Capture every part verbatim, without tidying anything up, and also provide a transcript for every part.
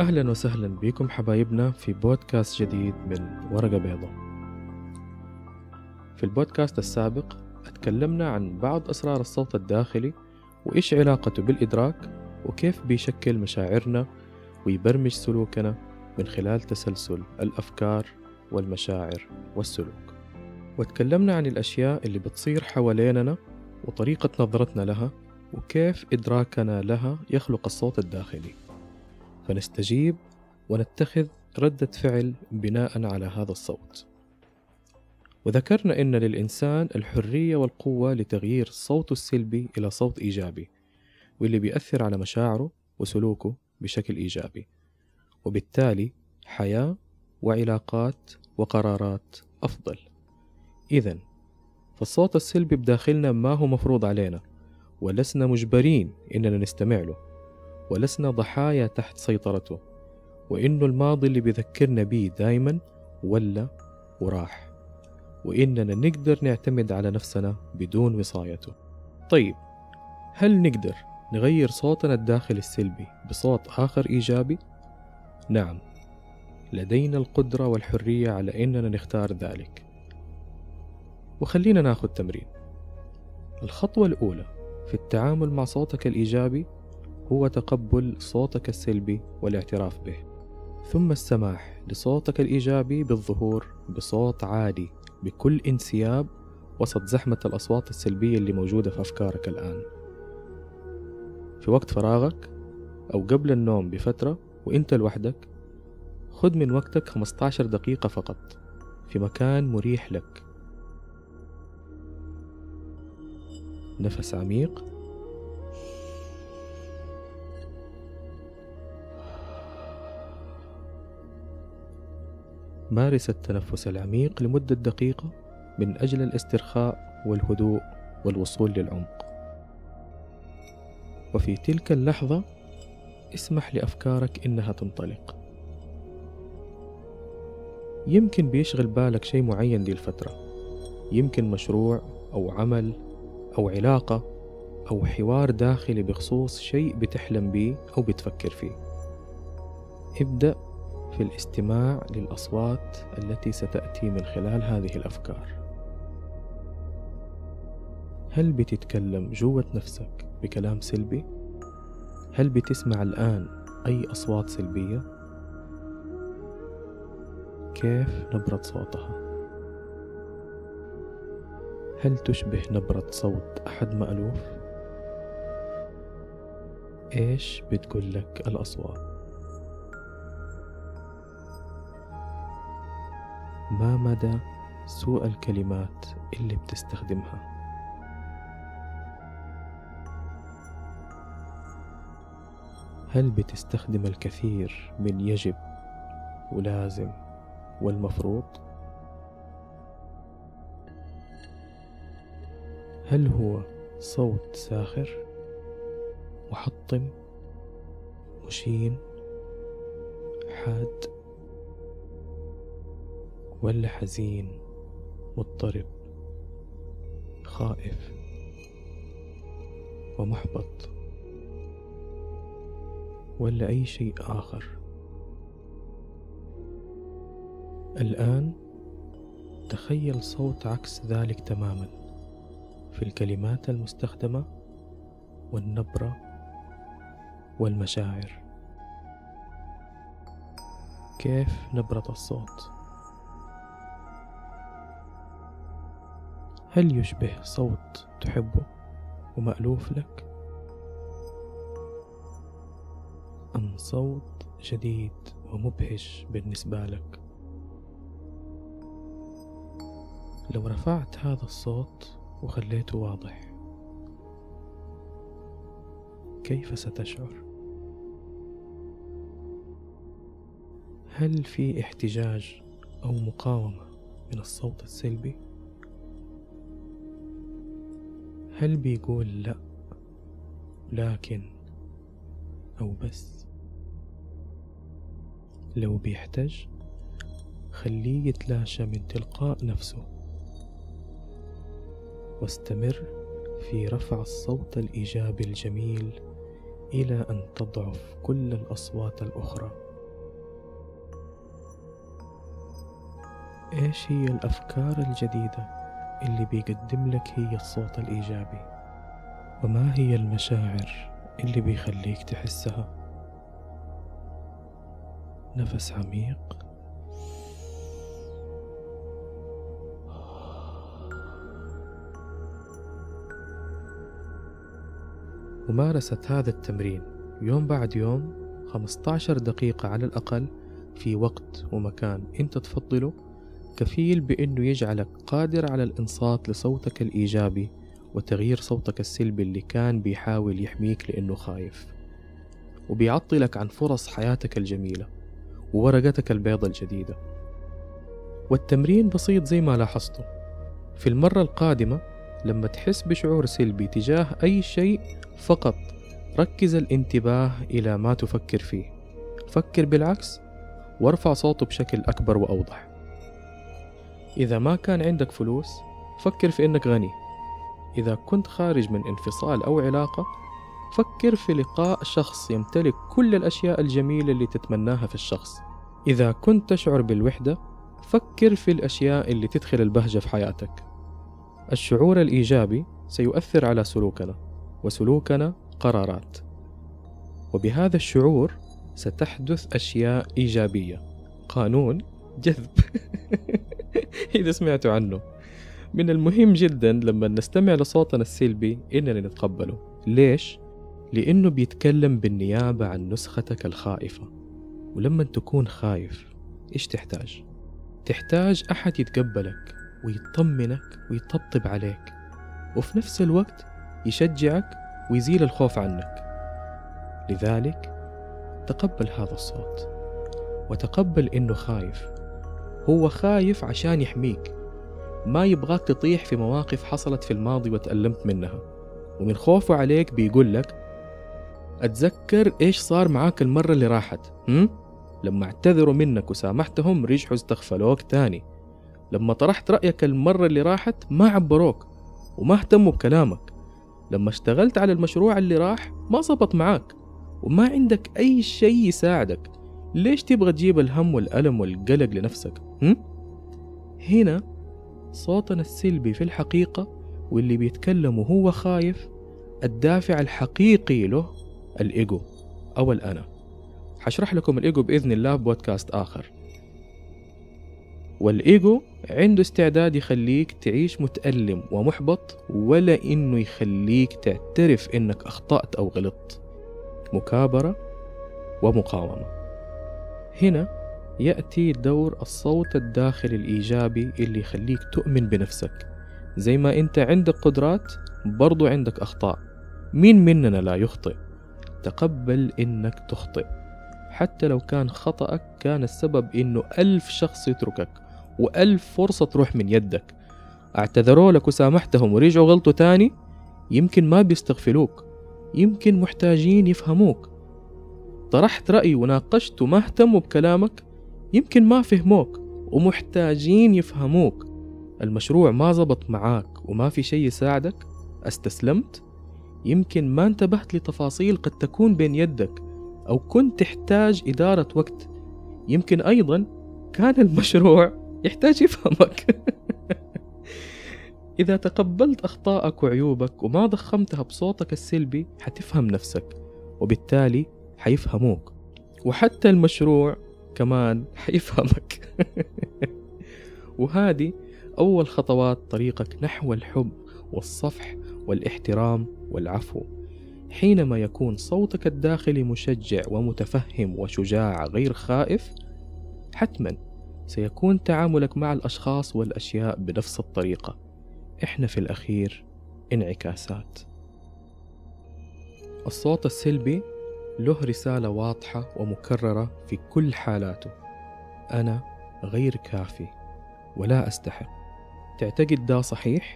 أهلا وسهلا بكم حبايبنا في بودكاست جديد من ورقة بيضة. في البودكاست السابق اتكلمنا عن بعض أسرار الصوت الداخلي وإيش علاقته بالإدراك وكيف بيشكل مشاعرنا ويبرمج سلوكنا من خلال تسلسل الأفكار والمشاعر والسلوك. واتكلمنا عن الأشياء اللي بتصير حواليننا وطريقة نظرتنا لها وكيف إدراكنا لها يخلق الصوت الداخلي، فنستجيب ونتخذ ردة فعل بناء على هذا الصوت. وذكرنا أن للإنسان الحرية والقوة لتغيير صوته السلبي إلى صوت إيجابي، واللي بيأثر على مشاعره وسلوكه بشكل إيجابي، وبالتالي حياة وعلاقات وقرارات أفضل. إذن فالصوت السلبي بداخلنا ما هو مفروض علينا، ولسنا مجبرين إننا نستمع له، ولسنا ضحايا تحت سيطرته، وإنه الماضي اللي بيذكرنا بيه دايما ولا وراح، وإننا نقدر نعتمد على نفسنا بدون وصايته. طيب، هل نقدر نغير صوتنا الداخلي السلبي بصوت آخر إيجابي؟ نعم، لدينا القدرة والحرية على إننا نختار ذلك. وخلينا ناخذ تمرين. الخطوة الأولى في التعامل مع صوتك الإيجابي هو تقبل صوتك السلبي والاعتراف به، ثم السماح لصوتك الإيجابي بالظهور بصوت عادي بكل انسياب وسط زحمة الأصوات السلبية اللي موجودة في أفكارك الآن. في وقت فراغك أو قبل النوم بفترة وإنت لوحدك، خذ من وقتك خمسة عشر دقيقة فقط في مكان مريح لك. نفس عميق، مارس التنفس العميق لمدة دقيقة من أجل الاسترخاء والهدوء والوصول للعمق. وفي تلك اللحظة اسمح لأفكارك إنها تنطلق. يمكن بيشغل بالك شيء معين دي الفترة، يمكن مشروع أو عمل أو علاقة أو حوار داخلي بخصوص شيء بتحلم بيه أو بتفكر فيه. ابدأ في الاستماع للأصوات التي ستأتي من خلال هذه الأفكار. هل بتتكلم جوة نفسك بكلام سلبي؟ هل بتسمع الآن أي أصوات سلبية؟ كيف نبرة صوتها؟ هل تشبه نبرة صوت أحد مألوف؟ إيش بتقول لك الأصوات؟ ما مدى سوء الكلمات اللي بتستخدمها؟ هل بتستخدم الكثير من يجب ولازم والمفروض؟ هل هو صوت ساخر محطم مشين حاد، ولا حزين مضطرب خائف ومحبط، ولا أي شيء آخر؟ الآن تخيل صوت عكس ذلك تماما في الكلمات المستخدمة والنبرة والمشاعر. كيف نبرة الصوت؟ هل يشبه صوت تحبه ومألوف لك، أم صوت جديد ومبهج بالنسبة لك؟ لو رفعت هذا الصوت وخليته واضح، كيف ستشعر؟ هل في احتجاج أو مقاومة من الصوت السلبي؟ هل بيقول لا، لكن، أو بس؟ لو بيحتاج، خليه يتلاشى من تلقاء نفسه، واستمر في رفع الصوت الإيجابي الجميل إلى أن تضعف كل الأصوات الأخرى إيش هي الأفكار الجديدة اللي بيقدم لك هي الصوت الإيجابي؟ وما هي المشاعر اللي بيخليك تحسها؟ نفس عميق. ممارسة هذا التمرين يوم بعد يوم خمسة عشر دقيقة على الأقل في وقت ومكان أنت تفضله كفيل بأنه يجعلك قادر على الإنصات لصوتك الإيجابي وتغيير صوتك السلبي اللي كان بيحاول يحميك لأنه خايف، وبيعطلك عن فرص حياتك الجميلة وورقتك البيضة الجديدة. والتمرين بسيط زي ما لاحظته. في المرة القادمة لما تحس بشعور سلبي تجاه أي شيء فقط ركز الانتباه إلى ما تفكر فيه، فكر بالعكس وارفع صوته بشكل أكبر وأوضح. إذا ما كان عندك فلوس فكر في إنك غني. إذا كنت خارج من انفصال أو علاقة فكر في لقاء شخص يمتلك كل الأشياء الجميلة اللي تتمناها في الشخص. إذا كنت تشعر بالوحدة فكر في الأشياء اللي تدخل البهجة في حياتك. الشعور الإيجابي سيؤثر على سلوكنا، وسلوكنا قرارات، وبهذا الشعور ستحدث أشياء إيجابية. قانون جذب إذا سمعتوا عنه. من المهم جدا لما نستمع لصوتنا السلبي إننا نتقبله. ليش؟ لأنه بيتكلم بالنيابة عن نسختك الخائفة. ولما تكون خايف إيش تحتاج؟ تحتاج أحد يتقبلك ويطمنك ويطبطب عليك، وفي نفس الوقت يشجعك ويزيل الخوف عنك. لذلك تقبل هذا الصوت، وتقبل إنه خايف. هو خايف عشان يحميك، ما يبغاك تطيح في مواقف حصلت في الماضي وتألمت منها، ومن خوفه عليك بيقول لك أتذكر إيش صار معاك المرة اللي راحت. هم؟ لما اعتذروا منك وسامحتهم رجعوا استغفلوك تاني. لما طرحت رأيك المرة اللي راحت ما عبروك وما اهتموا بكلامك. لما اشتغلت على المشروع اللي راح ما صبت معاك وما عندك أي شيء يساعدك. ليش تبغى تجيب الهم والألم والقلق لنفسك؟ هم؟ هنا صوتنا السلبي في الحقيقة، واللي بيتكلم وهو خايف الدافع الحقيقي له الإيجو أو الأنا. حشرح لكم الإيجو بإذن الله بودكاست آخر. والإيجو عنده استعداد يخليك تعيش متألم ومحبط، ولا إنه يخليك تعترف إنك أخطأت أو غلطت. مكابرة ومقاومة. هنا يأتي دور الصوت الداخلي الإيجابي اللي يخليك تؤمن بنفسك. زي ما أنت عندك قدرات برضو عندك أخطاء. مين مننا لا يخطئ؟ تقبل إنك تخطئ، حتى لو كان خطأك كان السبب إنه ألف شخص يتركك وألف فرصة تروح من يدك. اعتذروا لك وسامحتهم ورجعوا غلطوا تاني، يمكن ما بيستغفلوك، يمكن محتاجين يفهموك. طرحت رأي وناقشت وما اهتموا بكلامك، يمكن ما فهموك ومحتاجين يفهموك. المشروع ما زبط معاك وما في شيء يساعدك، استسلمت، يمكن ما انتبهت لتفاصيل قد تكون بين يدك، أو كنت تحتاج إدارة وقت. يمكن أيضا كان المشروع يحتاج يفهمك. إذا تقبلت أخطائك وعيوبك وما ضخمتها بصوتك السلبي حتفهم نفسك، وبالتالي حيفهموك، وحتى المشروع كمان حيفهمك. وهذه أول خطوات طريقك نحو الحب والصفح والاحترام والعفو. حينما يكون صوتك الداخلي مشجع ومتفهم وشجاع غير خائف، حتما سيكون تعاملك مع الأشخاص والأشياء بنفس الطريقة. إحنا في الأخير انعكاسات. الصوت السلبي له رسالة واضحة ومكررة في كل حالاته: أنا غير كافي ولا أستحق. تعتقد ده صحيح؟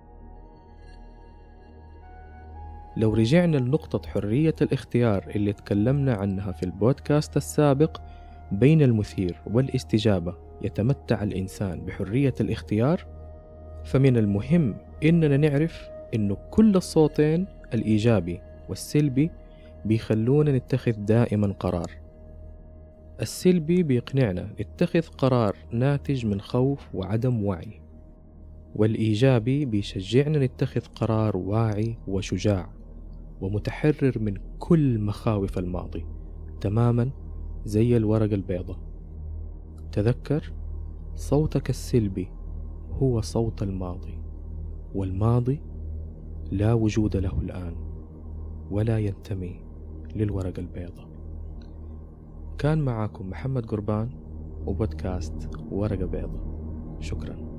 لو رجعنا لنقطة حرية الاختيار اللي تكلمنا عنها في البودكاست السابق، بين المثير والاستجابة يتمتع الإنسان بحرية الاختيار. فمن المهم إننا نعرف إنه كل الصوتين الإيجابي والسلبي بيخلونا نتخذ دائما قرار. السلبي بيقنعنا نتخذ قرار ناتج من خوف وعدم وعي، والإيجابي بيشجعنا نتخذ قرار واعي وشجاع ومتحرر من كل مخاوف الماضي، تماما زي الورقة البيضاء. تذكر، صوتك السلبي هو صوت الماضي، والماضي لا وجود له الآن ولا ينتمي للورقة البيضاء. كان معاكم محمد قربان وبودكاست ورقة بيضاء. شكرا.